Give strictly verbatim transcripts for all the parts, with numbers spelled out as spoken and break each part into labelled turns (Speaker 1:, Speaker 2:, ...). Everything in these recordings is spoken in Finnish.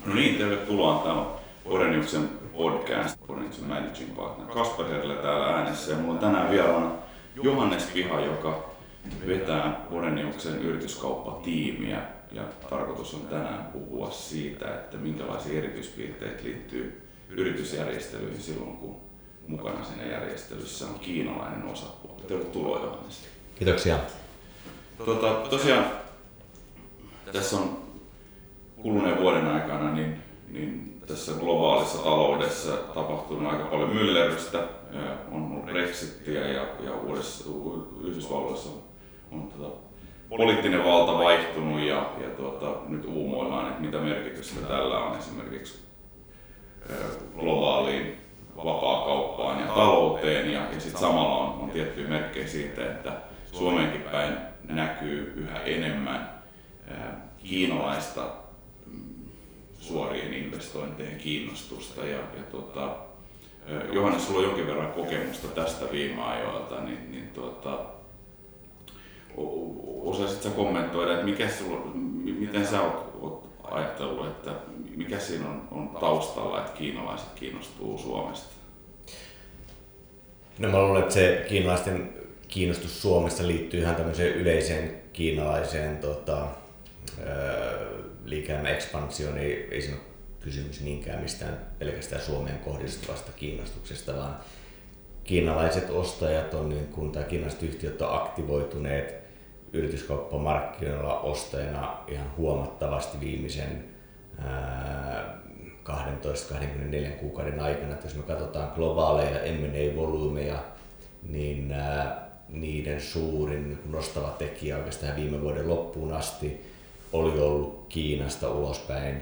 Speaker 1: No niin, tervetuloa. Täällä on Boreniuksen podcast, Boreniuksen Managing Partner Kasper Herle täällä äänessä. Ja mulla on tänään vieraana Johannes Piha, joka vetää Boreniuksen yrityskauppatiimiä. Ja tarkoitus on tänään puhua siitä, että minkälaisia erityispiirteitä liittyy yritysjärjestelyihin silloin, kun mukana siinä järjestelyssä on kiinalainen osapuoli. Tervetuloa, Johannes.
Speaker 2: Kiitoksia.
Speaker 1: Tuota, tosiaan tässä on kuluneen vuoden aikana niin, niin tässä globaalissa taloudessa tapahtunut aika paljon myllerrystä. On ollut Brexitiä ja, ja uudessa, Yhdysvalloissa on, on tuota, poliittinen valta vaihtunut ja, ja tuota, nyt uumoillaan, että mitä merkitystä tällä on esimerkiksi globaaliin vapaakauppaan ja talouteen. Ja, ja sitten samalla on, on tiettyjä merkkejä siitä, että Suomeenkin päin näkyy yhä enemmän kiinalaista suorien investointien kiinnostusta. Ja, ja tuota, Johannes, sulla on jonkin verran kokemusta tästä viime ajoilta, niin, niin tuota, osaisit sä kommentoida, että mikä sulla, miten sä oot, oot ajatellut, että mikä siinä on, on taustalla, että kiinalaiset kiinnostuu Suomesta?
Speaker 2: No mä luulen, että se kiinalaisten kiinnostus Suomesta liittyy ihan tämmöiseen yleiseen kiinalaiseen tota, liike-elämän ekspansiooniin. Ei siinä ole kysymys niinkään mistään pelkästään Suomeen kohdistuvasta kiinnostuksesta, vaan kiinalaiset ostajat on, niin kun, tai kiinalaiset yhtiöt on aktivoituneet yrityskauppamarkkinoilla ostajana ihan huomattavasti viimeisen kaksitoista kaksikymmentäneljä kuukauden aikana. Että jos me katsotaan globaaleja M and A-volyymeja, niin ää, niiden suurin nostava tekijä oikeastaan viime vuoden loppuun asti oli ollut Kiinasta ulospäin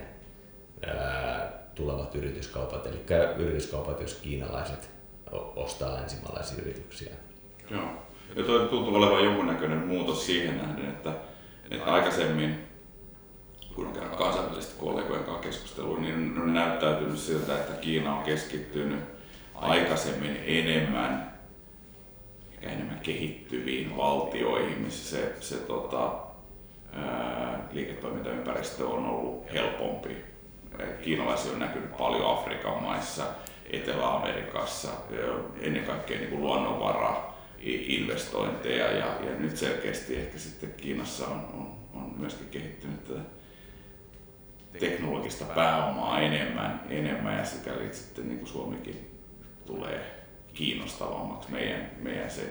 Speaker 2: ää, tulevat yrityskaupat, eli yrityskaupat, jos kiinalaiset ostaa länsimaalaisia yrityksiä.
Speaker 1: Joo. Ja toi tuntuu olevan jonkunnäköinen muutos siihen nähden, että, että aikaisemmin, kun on käynyt kansainvälisesti kollegojen kanssa keskustelua, niin on näyttäytynyt siltä, että Kiina on keskittynyt aikaisemmin enemmän, enemmän kehittyviin valtioihin, missä se, se tota, ää, liiketoimintaympäristö on ollut helpompi. Kiinalaisia on näkynyt paljon Afrikan maissa, Etelä-Amerikassa, ennen kaikkea niin kuin luonnonvara investointeja ja, ja nyt selkeästi ehkä sitten Kiinassa on, on, on myöskin kehittynyt tätä teknologista pääomaa enemmän, enemmän ja sikäli sitten niin kuin Suomikin tulee kiinnostavammaksi meidän, meidän se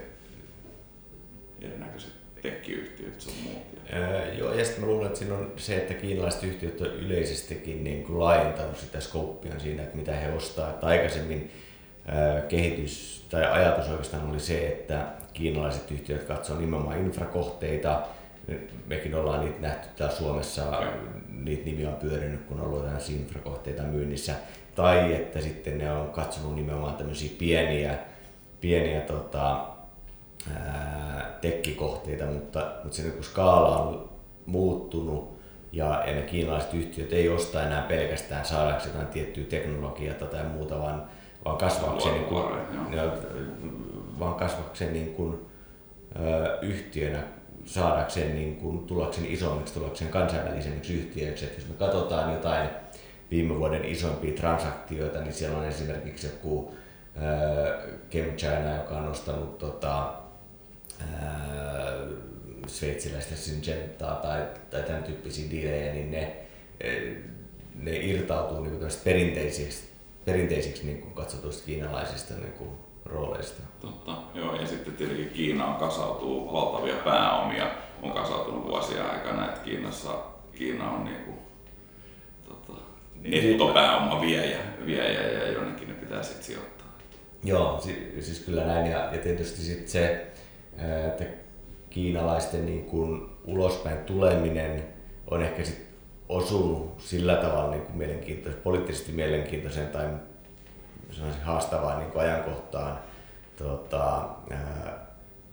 Speaker 1: erinäköiset tekkiyhtiöt sun muut.
Speaker 2: Öö, joo, ja sitten mä luulen, että siinä on se, että kiinalaiset yhtiöt on yleisestikin niin kuin laajentanut sitä skouppia siinä, että mitä he ostaa. Että aikaisemmin öö, kehitys tai ajatus oikeastaan oli se, että kiinalaiset yhtiöt katsoo nimenomaan infrakohteita. Mekin ollaan niitä nähty täällä Suomessa, okay. Niitä nimiä on pyörinyt, kun on ollut tällaisia infrakohteita myynnissä. Tai että sitten ne on katsonut nimenomaan tämmöisiä pieniä, pieniä tota, ää, tekkikohteita, mutta, mutta se kun skaala on muuttunut ja, ja ne kiinalaiset yhtiöt ei osta enää pelkästään saadakseen jotain tiettyä teknologiaa tai muuta, vaan, vaan kasvaakseen, niin kuin, ja, vaan kasvaakseen niin kuin, ä, yhtiönä, saadakseen niin kuin, tullakseen isommiksi, tullakseen kansainvälisemmiksi yhtiöiksi. Et jos me katsotaan jotain viime vuoden isoimpia transaktioita, niin siellä on esimerkiksi joku äh, ChemChina, joka on ostanut tota, äh, sveitsiläistä Syngentaa tai, tai tämän tyyppisiä diilejä, niin ne, ne irtautuu niin kuin perinteisiksi, perinteisiksi niin kuin katsotuista kiinalaisista niin kuin rooleista.
Speaker 1: Totta, joo, ja sitten tietenkin Kiinaan kasautuu valtavia pääomia, on kasautunut vuosien aikana, että Kiinassa, Kiina on niin kuin, tota, nettopääoma viejä, viejä ja jonnekin ne pitää sitten sijoittaa.
Speaker 2: Joo, siis kyllä näin, ja, ja tietysti sitten se, että kiinalaisten niin kuin ulospäin tuleminen on ehkä sit osunut sillä tavalla niin kuin mielenkiintoisen, poliittisesti mielenkiintoisen tai haastavaan niin kuin ajankohtaan tota, ää,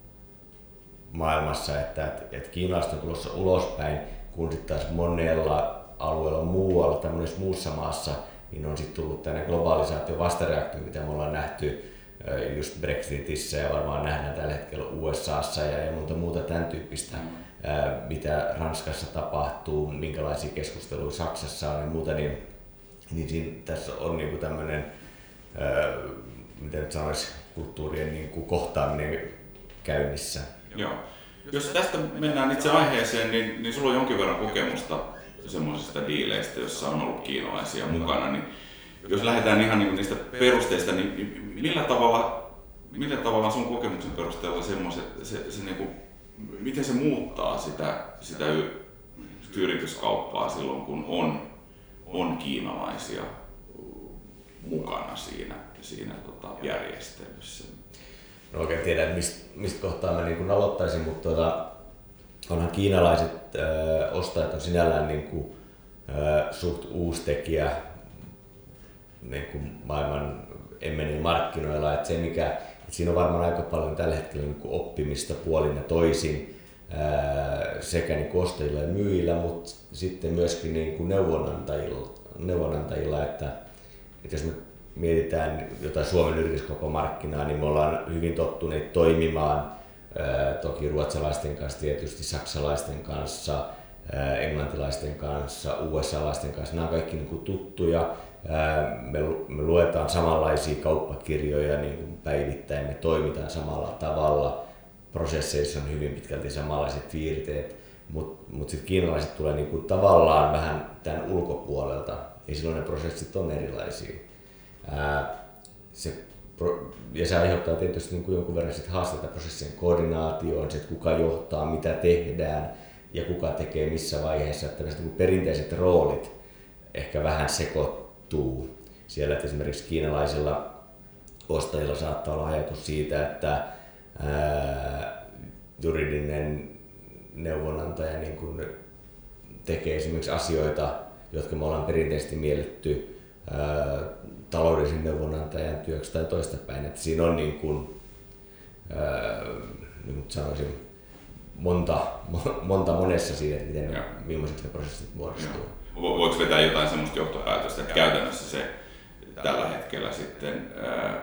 Speaker 2: maailmassa, että et, et kiinalaiset on tulossa ulospäin, kun sitten taas monella alueella muualla tai monessa muussa maassa niin on sitten tullut tänne globalisaation vastareaktio, mitä me ollaan nähty ää, just Brexitissä ja varmaan nähdään tällä hetkellä U S A:ssa ja, ja monta muuta tämän tyyppistä, mm. ää, mitä Ranskassa tapahtuu, minkälaisia keskusteluja Saksassa on ja muuta, niin niin siinä, tässä on niinku tämmöinen, ää, miten nyt sanoisi, kulttuurien niinku kohtaaminen käynnissä.
Speaker 1: Joo. Jos tästä mennään itse aiheeseen, niin, niin sulla on jonkin verran kokemusta semmoisista diileistä, joissa on ollut kiinalaisia mukana. Niin jos lähdetään ihan niin niistä perusteista, niin millä tavalla, millä tavalla sun kokemuksen perusteella semmoiset, se, se niin kuin, miten se muuttaa sitä, sitä yrityskauppaa silloin, kun on, on kiinalaisia mukana siinä, siinä tota, järjestelyssä?
Speaker 2: No oikein tiedä, mistä, mistä kohtaa mä niin aloittaisin, mutta tuota, onhan kiinalaiset äh, ostajat on sinällään niin kuin, äh, suht uusi tekijä niin kuin maailman M and A-markkinoilla. Että se, mikä, että siinä on varmaan aika paljon tällä hetkellä niin kuin oppimista puolin ja toisin äh, sekä niin kuin ostajilla ja myyjillä, mutta sitten myöskin niin kuin neuvonantajilla, neuvonantajilla että, että jos me mietitään jotain Suomen yrityskauppamarkkinaa, niin me ollaan hyvin tottuneet toimimaan ää, toki ruotsalaisten kanssa, tietysti saksalaisten kanssa, ää, englantilaisten kanssa, U S A-laisten kanssa. Nämä on kaikki niin kuin tuttuja. Ää, me, me luetaan samanlaisia kauppakirjoja niin kuin päivittäin, me toimitaan samalla tavalla. Prosesseissa on hyvin pitkälti samanlaiset piirteet, mutta mut sitten kiinalaiset tulee niin kuin tavallaan vähän tämän ulkopuolelta ja silloin ne prosessit on erilaisia. Ää, se, ja se aiheuttaa tietysti niin kuin jonkun verran sit haasteita prosessien koordinaatioon, se, että kuka johtaa, mitä tehdään ja kuka tekee missä vaiheessa. Että niin perinteiset roolit ehkä vähän sekoittuu siellä, että esimerkiksi kiinalaisilla ostajilla saattaa olla ajatus siitä, että ää, juridinen neuvonantaja niin kuin tekee esimerkiksi asioita, jotka me ollaan perinteisesti mielletty ää, taloudellisen neuvonantajan työksi tai toistapäin, että siinä on niin kuin, ää, niin sanoisin, monta, monta monessa siinä, että miten ne, millaiset ne prosessit muodostuu.
Speaker 1: Joo. Voiko vetää jotain semmoista johtopäätöstä, että käytännössä se tällä hetkellä sitten ää,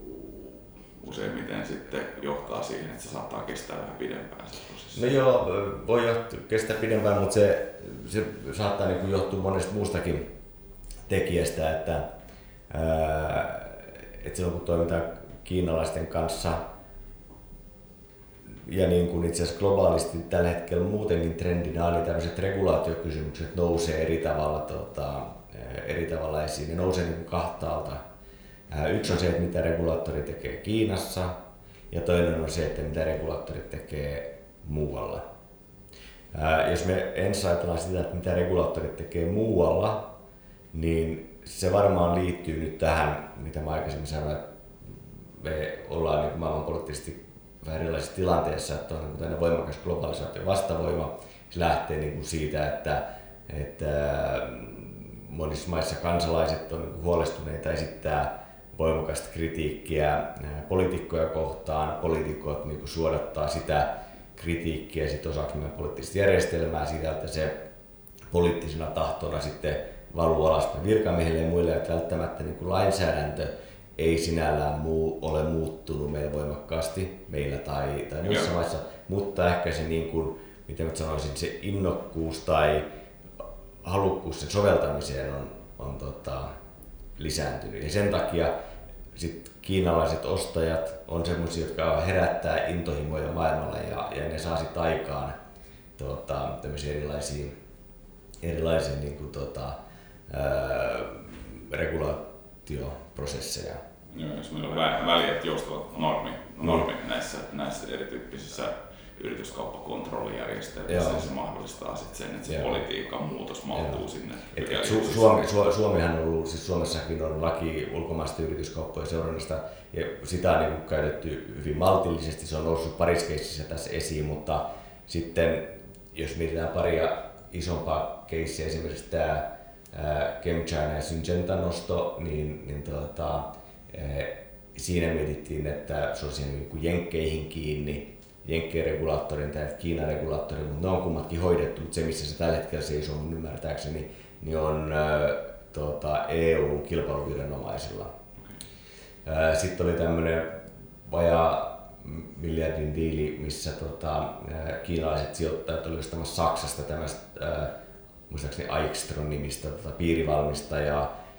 Speaker 1: useimmiten sitten johtaa siihen, että se saattaa kestää vähän pidempään se prosessi?
Speaker 2: No joo, voi johtaa, kestää pidempään, mutta se, se saattaa niin kuin johtua monesta muustakin tekijästä, että että silloin kun toimitaan kiinalaisten kanssa ja niin kuin itse asiassa globaalisti tällä hetkellä muutenkin trendinä, niin tämmöiset regulaatiokysymykset nousee eri tavalla, tota, eri tavalla esiin. Ne nousee niin kuin kahtaalta. Yksi on se, että mitä regulaattori tekee Kiinassa ja toinen on se, että mitä regulaattorit tekee muualla. Jos me ensin ajatellaan sitä, että mitä regulaattorit tekee muualla, niin se varmaan liittyy nyt tähän, mitä mä aikaisemmin sanoin, että me ollaan niin maailmanpoliittisesti vähän erilaisessa tilanteessa, että on niin tänne voimakas globalisaation vastavoima. Se lähtee niin kuin siitä, että, että monissa maissa kansalaiset on niin huolestuneita esittää voimakasta kritiikkiä poliitikkoja kohtaan. Poliitikot niin kuin suodattaa sitä kritiikkiä sit osaksi meidän poliittista järjestelmää siitä, että se poliittisena tahtona sitten valuu alaspäin virkamiehille ja muille, että välttämättä niin kuin lainsäädäntö ei sinällään muu, ole muuttunut meillä voimakkaasti, meillä tai, tai muissa maissa, mutta ehkä se, niin kuin, miten mä sanoisin, se innokkuus tai halukkuus sen soveltamiseen on, on tota, lisääntynyt. Ja sen takia sit kiinalaiset ostajat on sellaisia, jotka herättää intohimoja maailmalla ja, ja ne saa sitten aikaan tota, tämmöisiä erilaisia, erilaisia niin kuin, tota, ää, regulaatioprosesseja.
Speaker 1: Joo, jos meillä on vä- väliät joustavat normit, normit mm. näissä, näissä erityyppisissä yrityskauppakontrollijärjestelmissä, ja se mahdollistaa sit sen, että se Joo. politiikan muutos mahtuu Joo. sinne.
Speaker 2: Et, et Su- Suomi, Su- Suomihan on ollut, siis Suomessakin on laki ulkomaista yrityskauppojen seurannasta, ja sitä on niin käytetty hyvin maltillisesti, se on noussut parissa keississä tässä esiin, mutta sitten jos mietitään paria isompaa keissiä, esimerkiksi tämä ChemChina ja Syngenta nosto, niin, niin tuota, siinä mietittiin, että se olisi niin kuin jenkkeihin kiinni, jenkkien regulaattorin tai Kiinan regulaattorin, mutta ne on kummatkin hoidettu, mutta se missä se tällä hetkellä seisoo mun ymmärtääkseni, niin on tuota, E U-kilpailuviranomaisilla. Okay. Sitten oli tämmöinen vajaa miljardin diili, missä tota, kiinalaiset sijoittajat olivat ostamassa Saksasta tämmöistä muistaakseni Aixtron nimistä tota, piirivalmistajaa,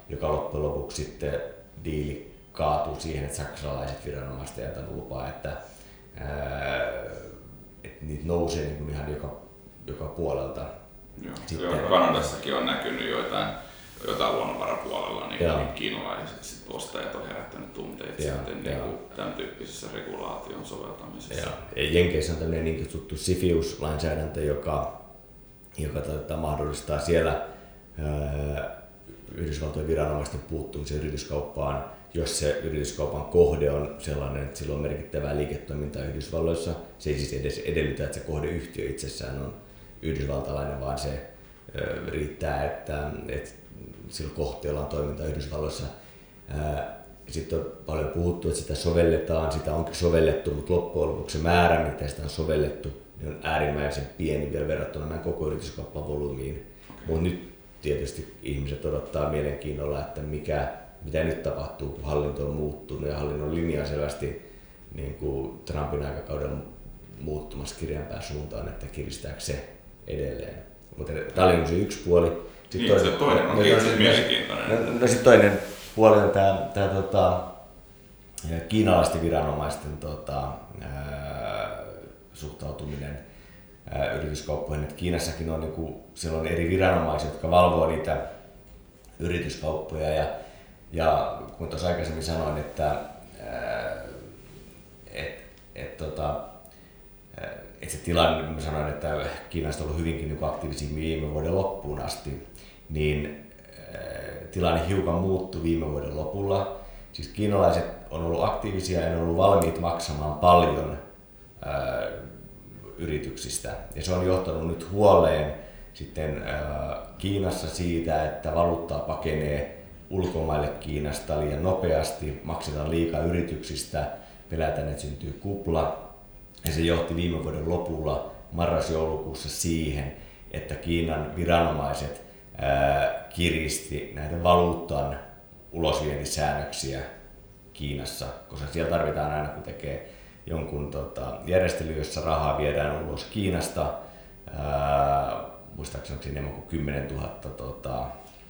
Speaker 2: joka loppujen lopuksi sitten diili kaatuu siihen, että saksalaiset viranomaiset eivät antanut lupaa, että, ää, että niitä nousee niin kuin ihan joka, joka puolelta.
Speaker 1: Joo. Sitten, Kanadassakin on näkynyt joitain, joitain luonnonvarapuolella, niin, niin kiinalaiset sit ostajat on herättänyt tunteita ja, sitten niin kuin tämän tyyppisessä regulaation soveltamisessa.
Speaker 2: Ja Jenkeissä on tämmöinen niin kutsuttu CFIUS-lainsäädäntö, joka, joka tota, mahdollistaa siellä ää, Yhdysvaltojen viranomaisten puuttumisen yrityskauppaan, jos se yrityskaupan kohde on sellainen, että sillä on merkittävää liiketoimintaa Yhdysvalloissa. Se ei siis edes edellytä, että se kohdeyhtiö itsessään on yhdysvaltalainen, vaan se ö, riittää, että, että sillä kohteella on toiminta Yhdysvalloissa. Sitten on paljon puhuttu, että sitä sovelletaan, sitä onkin sovellettu, mutta loppujen lopuksi se määrä, mitä sitä on sovellettu, niin on äärimmäisen pieni vielä verrattuna meidän koko yrityskauppavolyymiin. Okay. Mutta nyt tietysti ihmiset odottaa mielenkiinnolla, että mikä, mitä nyt tapahtuu, kun hallinto on muuttunut ja hallinnon linja on selvästi niin kuin Trumpin aikakauden muuttumassa kirjanpään suuntaan, että kiristääkö se edelleen. Mutta tämä oli se yksi puoli.
Speaker 1: Sitten niin, toinen, se toinen on itse mielenkiintoinen.
Speaker 2: No, no sitten toinen puoli on tämä, tämä tota, kiinalaisten viranomaisten tota, ää, suhtautuminen ää, yrityskauppoihin. Et Kiinassakin on, niinku, siellä on eri viranomaisia, jotka valvoo niitä yrityskauppoja. Ja, ja kun tuossa aikaisemmin sanoin, että ää, et, et, tota, et se tilanne, mä sanoin, että Kiinasta on ollut hyvinkin niin aktiivisia viime vuoden loppuun asti, niin tilanne hiukan muuttui viime vuoden lopulla. Siis kiinalaiset on ollut aktiivisia ja ne on ollut valmiit maksamaan paljon ää, yrityksistä. Ja se on johtanut nyt huoleen sitten ää, Kiinassa siitä, että valuuttaa pakenee ulkomaille Kiinasta liian nopeasti, maksetaan liikaa yrityksistä, pelätään, että syntyy kupla. Ja se johti viime vuoden lopulla marras-joulukuussa siihen, että Kiinan viranomaiset ää, kiristi näitä valuutan ulosvientisäännöksiä Kiinassa, koska siellä tarvitaan aina, kun tekee jonkun tota, järjestely, jossa rahaa viedään ulos Kiinasta, ää, muistaakseni enemmän kuin kymmenen tuhatta tota,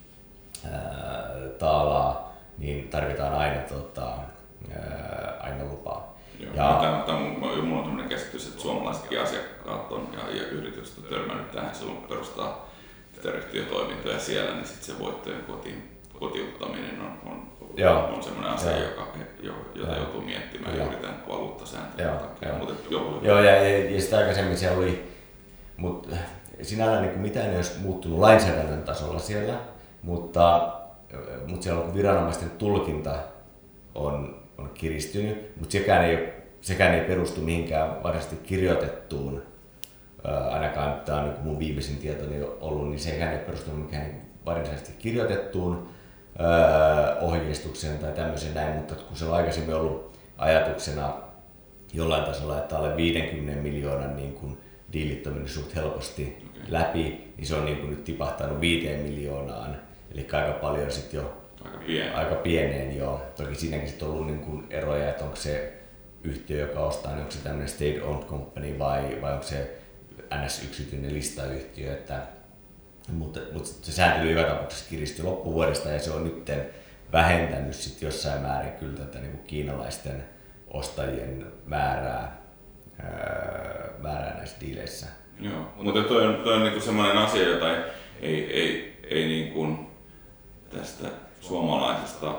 Speaker 2: ää, taalaa, niin tarvitaan aina, tota, ää, aina lupaa.
Speaker 1: Joo, ja tämä, minulla on sellainen käsitys, että suomalaisetkin asiakkaat on ja, ja yritykset on törmännyt tähän silloin, kun perustaa tytäryhtiötoimintoja siellä, niin sitten se voittojen kotiin, kotiuttaminen on, on, on, on sellainen asia, joka, jota Joo. joutuu miettimään Joo. juuri tämän valuuttasääntelyn takia.
Speaker 2: Joo,
Speaker 1: Mutta,
Speaker 2: joo. joo ja, ja, ja sitten aikaisemmin siellä oli, mutta sinällään niin mitään ei olisi muuttunut lainsäädännön tasolla siellä, mutta, mutta siellä on viranomaisten tulkinta on on kiristynyt, mutta sekään ei, sekään ei perustu mihinkään varsinaisesti kirjoitettuun, ää, ainakaan tämä on niin mun viimeisin tietoni ollut, niin sekään ei perustu mihinkään varsinaisesti kirjoitettuun ää, ohjeistukseen tai tämmöiseen näin, mutta kun se on aikaisemmin ollut ajatuksena jollain tasolla, että alle viidenkymmenen miljoonan niin kun diilit on mennyt suht helposti okay. läpi, niin se on niin kun nyt tipahtanut viiteen miljoonaan, eli aika paljon sitten jo
Speaker 1: Aika, pieni.
Speaker 2: aika pieneen, joo. Toki siinäkin sitten on ollut niin kuin eroja, että onko se yhtiö, joka ostaa, niin onko se tämmöinen state-owned company vai, vai onko se N S-yksityinen listayhtiö. Että, mutta, mutta se sääntely joka tapauksessa kiristyi loppuvuodesta ja se on nyt vähentänyt sit jossain määrin kyllä tätä niin kuin kiinalaisten ostajien määrää, ää, määrää näissä diileissä.
Speaker 1: Joo, mutta toi on, toi on niin kuin sellainen asia, jota ei, ei, ei, ei niin kuin tästä suomalaisesta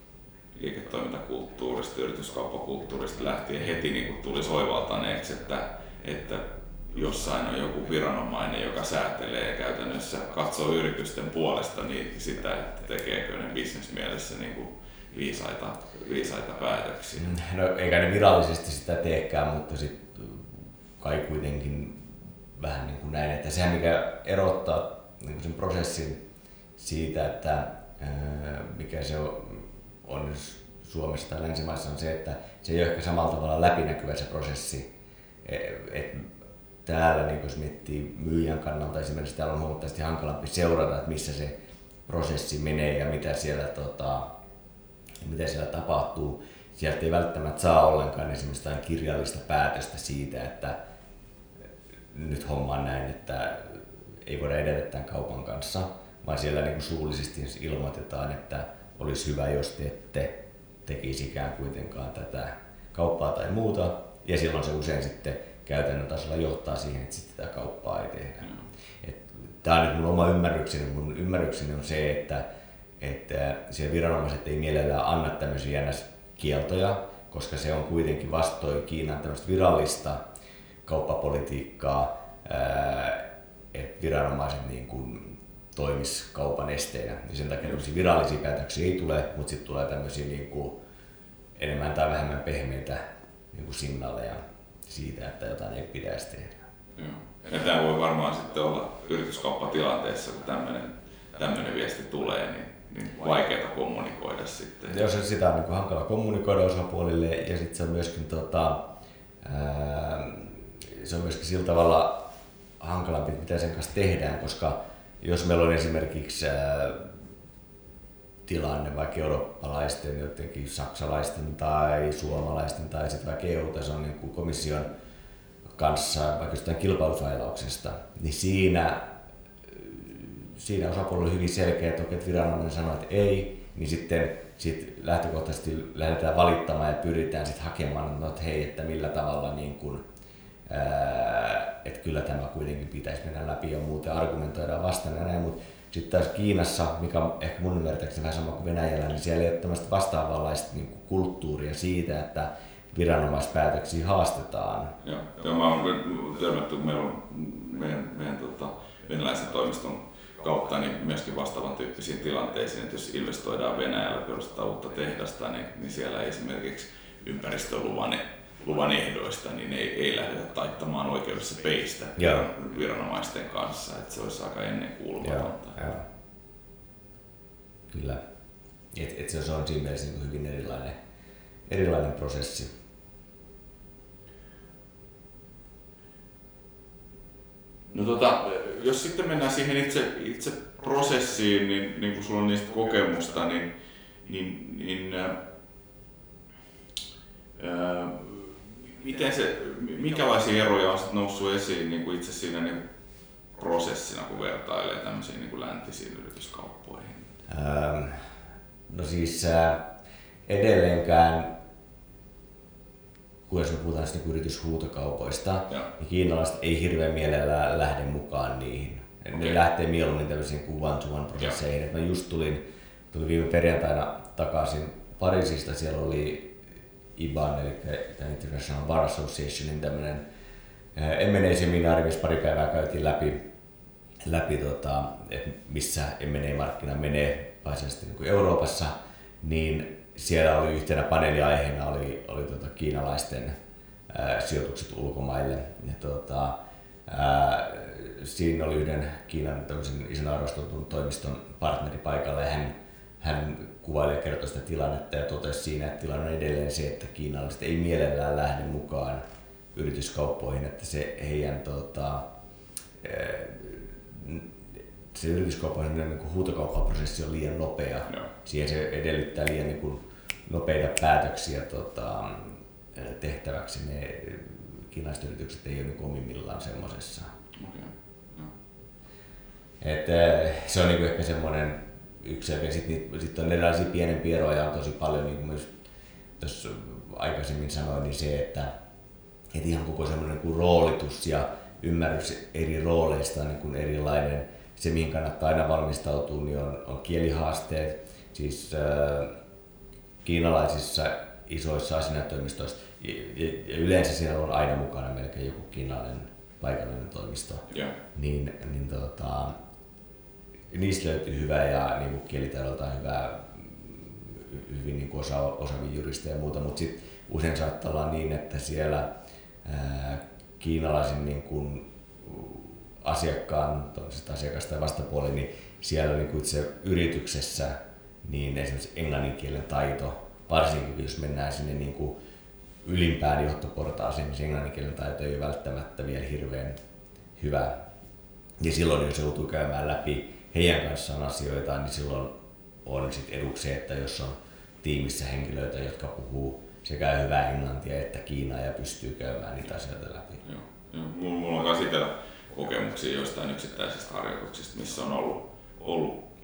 Speaker 1: liiketoimintakulttuurista, yrityskauppakulttuurista lähtien heti niin kuin tuli soivaltaneeksi, että, että jossain on joku viranomainen, joka säätelee ja käytännössä katsoo yritysten puolesta niin sitä, että tekeekö ne bisnesmielessä niin kuin viisaita, viisaita päätöksiä.
Speaker 2: No eikä ne virallisesti sitä teekään, mutta sitten kai kuitenkin vähän niin kuin näin, että sehän mikä erottaa niin kuin sen prosessin siitä, että mikä se on Suomessa tai länsimaissa on se, että se ei ole ehkä samalla tavalla läpinäkyvä se prosessi. Et täällä, niin jos miettii myyjän kannalta esimerkiksi, täällä on huomattavasti hankalampi seurata, että missä se prosessi menee ja mitä siellä, tota, mitä siellä tapahtuu. Sieltä ei välttämättä saa ollenkaan esimerkiksi kirjallista päätöstä siitä, että nyt homma on näin, että ei voida edetä tämän kaupan kanssa. vaan siellä niin kuin suullisesti ilmoitetaan, että olisi hyvä, jos te ette tekisikään kuitenkaan tätä kauppaa tai muuta. Ja silloin se usein sitten käytännön tasolla johtaa siihen, että sitten tätä kauppaa ei tehdä. Mm. Tämä on nyt mun oma ymmärrykseni. Mun ymmärrykseni on se, että, että siellä viranomaiset ei mielellään anna tämmöisiä kieltoja, koska se on kuitenkin vastoin Kiinan tämmöistä virallista kauppapolitiikkaa, että viranomaiset niin kuin toimis kaupan esteinä. Ja sen takia tämmöisiä virallisia päätöksiä ei tule, mutta sitten tulee tämmöisiä niin kuin enemmän tai vähemmän pehmeitä niin kuin signaaleja siitä, että jotain ei pitäisi tehdä.
Speaker 1: Joo. Ja tämä voi varmaan sitten olla yrityskauppatilanteessa, kun tämmöinen, tämmöinen viesti tulee, niin, niin vaikeaa kommunikoida sitten.
Speaker 2: Jos sitä on niin kuin hankala kommunikoida osapuolille ja sitten se on myöskin tota, ää, se on myöskin sillä tavalla hankalampi, mitä sen kanssa tehdään, koska jos meillä on esimerkiksi ää, tilanne vaikka eurooppalaisten, jotenkin saksalaisten tai suomalaisten tai sitten vaikka E U-tason niin kuin komission kanssa vaikka jostain kilpailufailauksesta, niin siinä, siinä osapuolella on hyvin selkeä, että oikein viranomainen sanoo, että ei, niin sitten sit lähtökohtaisesti lähdetään valittamaan ja pyritään sitten hakemaan, että hei, että millä tavalla niin kuin, ää, että kyllä tämä kuitenkin pitäisi mennä läpi ja muuten argumentoidaan vastaan ja näin, mutta sitten taas Kiinassa, mikä on ehkä mun ymmärtääkseni vähän sama kuin Venäjällä, niin siellä ei ole tämmöistä vastaavanlaista niin kuin kulttuuria siitä, että viranomaispäätöksiä haastetaan.
Speaker 1: Joo, joo mä oon törmätty meidän, meidän, meidän tota, venäläisen toimiston kautta niin myöskin vastaavan tyyppisiin tilanteisiin, että jos investoidaan Venäjällä perustetaan uutta tehdasta, niin, niin siellä esimerkiksi ympäristöluvan luvan ehdoista niin ei, ei lähdetä taittamaan oikeudessa peistä Joo. viranomaisten kanssa, että se olisi aika ennenkuulumatonta.
Speaker 2: Joo, joo. Kyllä. Et, et se on siinä mielessä niin hyvin erilainen, erilainen prosessi.
Speaker 1: No tota, jos sitten mennään siihen itse, itse prosessiin, niin, niin kun sulla on niistä kokemusta, niin, niin, niin ää, miten se, minkälaisia eroja on noussut esiin niin kuin itse siinä niin prosessina, kun vertailee tämmöisiin niin kuin läntisiin yrityskauppoihin?
Speaker 2: Ähm, no siis äh, edelleenkään, kun jos me puhutaan niin yrityshuutokaupoista, ja. niin kiinalaiset ei hirveän mielellään lähde mukaan niihin. Okay. Ne lähtee mieluummin tämmöisiin kuin one-to-one prosesseihin. Mä just tulin, tulin viime perjantaina takaisin Pariisista, siellä oli I B A N, eli International Bar Associationin tämmöinen M and A-seminaari, missä pari päivää käytiin läpi, läpi tota, että missä M and A-markkina menee pääasiallisesti niin kuin Euroopassa, niin siellä oli yhtenä paneeliaiheena oli, oli tota kiinalaisten ää, sijoitukset ulkomaille. Ja, tota, ää, siinä oli yhden Kiinan ison arvostetun toimiston partneri paikalla ja hän, hän kuvaili ja kertoi sitä tilannetta ja totesi siinä, että tilanne on edelleen se, että kiinalaiset ei mielellään lähde mukaan yrityskauppoihin, että se heidän tota, se yrityskauppojen niin huutokauppaprosessi on liian nopea. Joo. Siihen se edellyttää liian niin kuin nopeita päätöksiä tota, tehtäväksi. Ne kiinalaiset yritykset ei ole niin omimmillaan semmoisessa. Okay. No. Se on niin kuin ehkä semmoinen yksi, ja sitten sit on erilaisia pienempiä eroja on tosi paljon, niin kuin myös tuossa aikaisemmin sanoin, niin se, että, että ihan koko semmoinen kuin roolitus ja ymmärrys eri rooleista on niin kuin erilainen. Se, mihin kannattaa aina valmistautua, niin on, on kielihaasteet. Siis äh, kiinalaisissa isoissa asianajotoimistoissa, ja, ja yleensä siellä on aina mukana melkein joku kiinalainen paikallinen toimisto, yeah. niin, niin tota, niistä löytyy hyvää ja niin kielitaidoltaan hyvää, hyvin niin osa, osaavia juristeja ja muuta, mutta sitten usein saattaa olla niin, että siellä ää, kiinalaisen niin kuin asiakkaan, asiakasta ja vastapuoli, niin siellä niin kuin itse yrityksessä niin esimerkiksi englannin kielen taito, varsinkin jos mennään sinne niin kuin ylimpään johtoportaaseen, niin englannin kielen taito ei ole välttämättä vielä hirveän hyvä. Ja silloin jos joutuu käymään läpi heidän kanssaan asioita, niin silloin on sit eduksi, että jos on tiimissä henkilöitä, jotka puhuu sekä hyvää englantia että kiinaa ja pystyy käymään niitä asioita läpi.
Speaker 1: Joo, joo. Mulla on myös itsellä kokemuksia joistain yksittäisistä harjoituksista, missä on ollut, ollut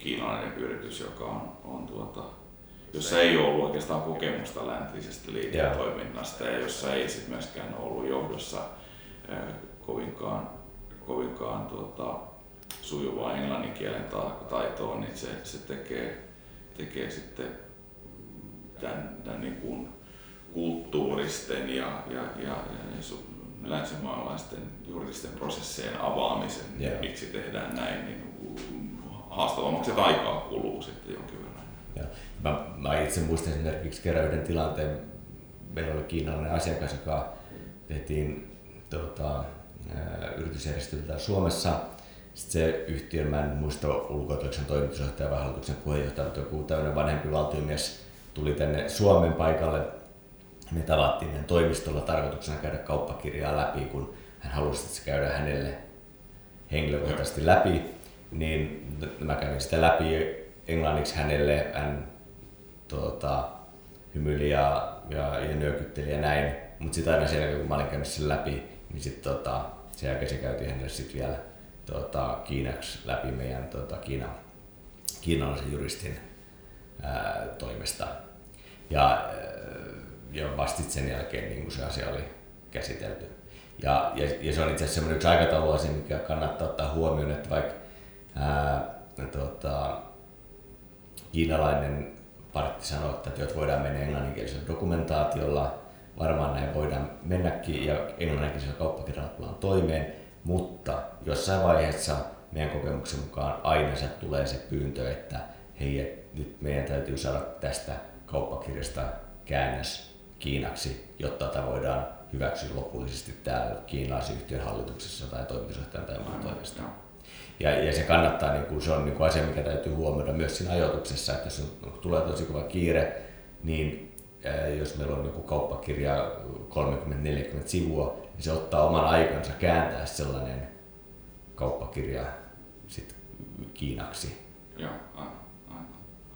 Speaker 1: kiinalainen yritys, joka on, on tuota, jossa ei ole ollut oikeastaan kokemusta läntisestä liiketoiminnasta ja jossa ei sit myöskään ollut johdossa ää, kovinkaan, kovinkaan tuota, sujuvaa englannin kielen taitoa, niin se, se tekee, tekee sitten tämän, tämän niin kuin kulttuuristen ja, ja, ja, ja länsimaalaisten juridisten prosessien avaamisen, yeah. miksi tehdään näin, niin haastavammaksi, että aikaa kuluu sitten jonkin verran.
Speaker 2: Ja, mä, mä itse muistan esimerkiksi kerran yhden tilanteen, meillä oli kiinalainen asiakas, joka tehtiin tuota, yritysjärjestelyä Suomessa. Sitten se yhtiön, mä en muista ulkoituksen toimitusjohtaja vai hallituksen puheenjohtaja, mutta joku tämmöinen vanhempi valtiomies tuli tänne Suomen paikalle. Me tavattiin meidän toimistolla tarkoituksena käydä kauppakirjaa läpi, kun hän halusi, että se käydään hänelle henkilökohtaisesti läpi. Niin mä kävin sitä läpi englanniksi hänelle, hän tuota, hymyili ja, ja, ja nyökytteli ja näin. Mutta sitten aina sen jälkeen, kun mä olin käynyt sen läpi, niin sitten tota, sen jälkeen se käytiin hänelle sit vielä tota, kiinaksi läpi meidän tota, Kiina, kiinalaisen juristin ää, toimesta. Ja, ja vasta sen jälkeen niin se asia oli käsitelty. Ja, ja, ja se on itse asiassa semmoinen yksi aikatauluasia, mikä kannattaa ottaa huomioon, että vaikka ää, tota, kiinalainen partti sanoo, että jos voidaan mennä englanninkielisellä dokumentaatiolla, varmaan näin voidaan mennäkin ja englanninkielisellä kauppakirjalla tullaan toimeen, mutta jossain vaiheessa meidän kokemuksen mukaan aina se tulee se pyyntö, että hei, nyt meidän täytyy saada tästä kauppakirjasta käännös kiinaksi, jotta tätä voidaan hyväksyä lopullisesti täällä kiinalaisen yhtiön hallituksessa tai toimitusjohtajan tai maan toimesta. Ja, ja se kannattaa, niin kuin, se on niin kuin asia, mikä täytyy huomioida myös siinä ajoituksessa, että jos on, tulee tosi kova kiire, niin ää, jos meillä on joku kauppakirja kolmekymmentä neljäkymmentä sivua, niin se ottaa oman aikansa kääntää sellainen kauppakirja sit kiinaksi.
Speaker 1: Joo, aivan, aivan.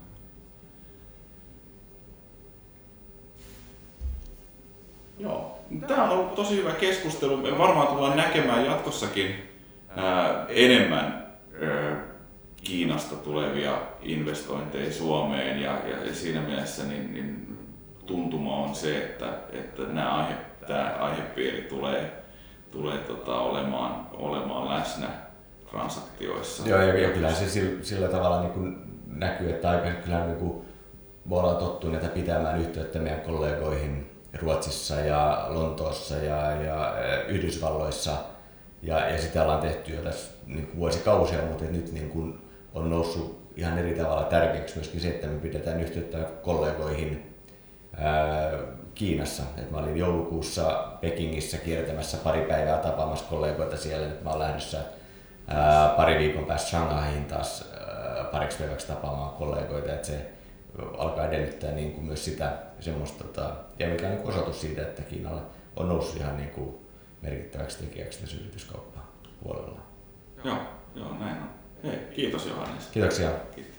Speaker 1: Joo, tämä on ollut tosi hyvä keskustelu. Me varmaan tullaan näkemään jatkossakin ää, enemmän ää, Kiinasta tulevia investointeja Suomeen ja, ja, ja siinä mielessä niin, niin tuntuma on se, että, että nämä aihe, tämä aihepiiri tulee, tulee tota, olemaan, olemaan läsnä transaktioissa.
Speaker 2: Joo, ja, ja kyllä se sillä, sillä tavalla niin kuin näkyy, että aika kyllä niin kuin me ollaan tottuneita pitämään yhteyttä meidän kollegoihin Ruotsissa ja Lontoossa ja, ja Yhdysvalloissa ja, ja sitä ollaan tehty jo tässä niin vuosikausia, mutta nyt niin kuin on noussut ihan eri tavalla tärkeäksi myöskin se, että me pidetään yhteyttä kollegoihin ää, Kiinassa. Et mä olin joulukuussa Pekingissä kiertämässä pari päivää tapaamassa kollegoita siellä, nyt mä oon lähdössä ää, pari viikon päästä Shanghaihin taas ää, pariksi päiväksi tapaamaan kollegoita, että se alkaa edellyttää niin kuin myös sitä semmoista, tota, ja mikä on niin osoitus siitä, että Kiinalla on noussut ihan niin kuin merkittäväksi tekijäksi tässä yrityskauppapuolella.
Speaker 1: Joo, joo, näin on. Hei, kiitos Johannes.
Speaker 2: Kiitoksia.
Speaker 1: Kiitos.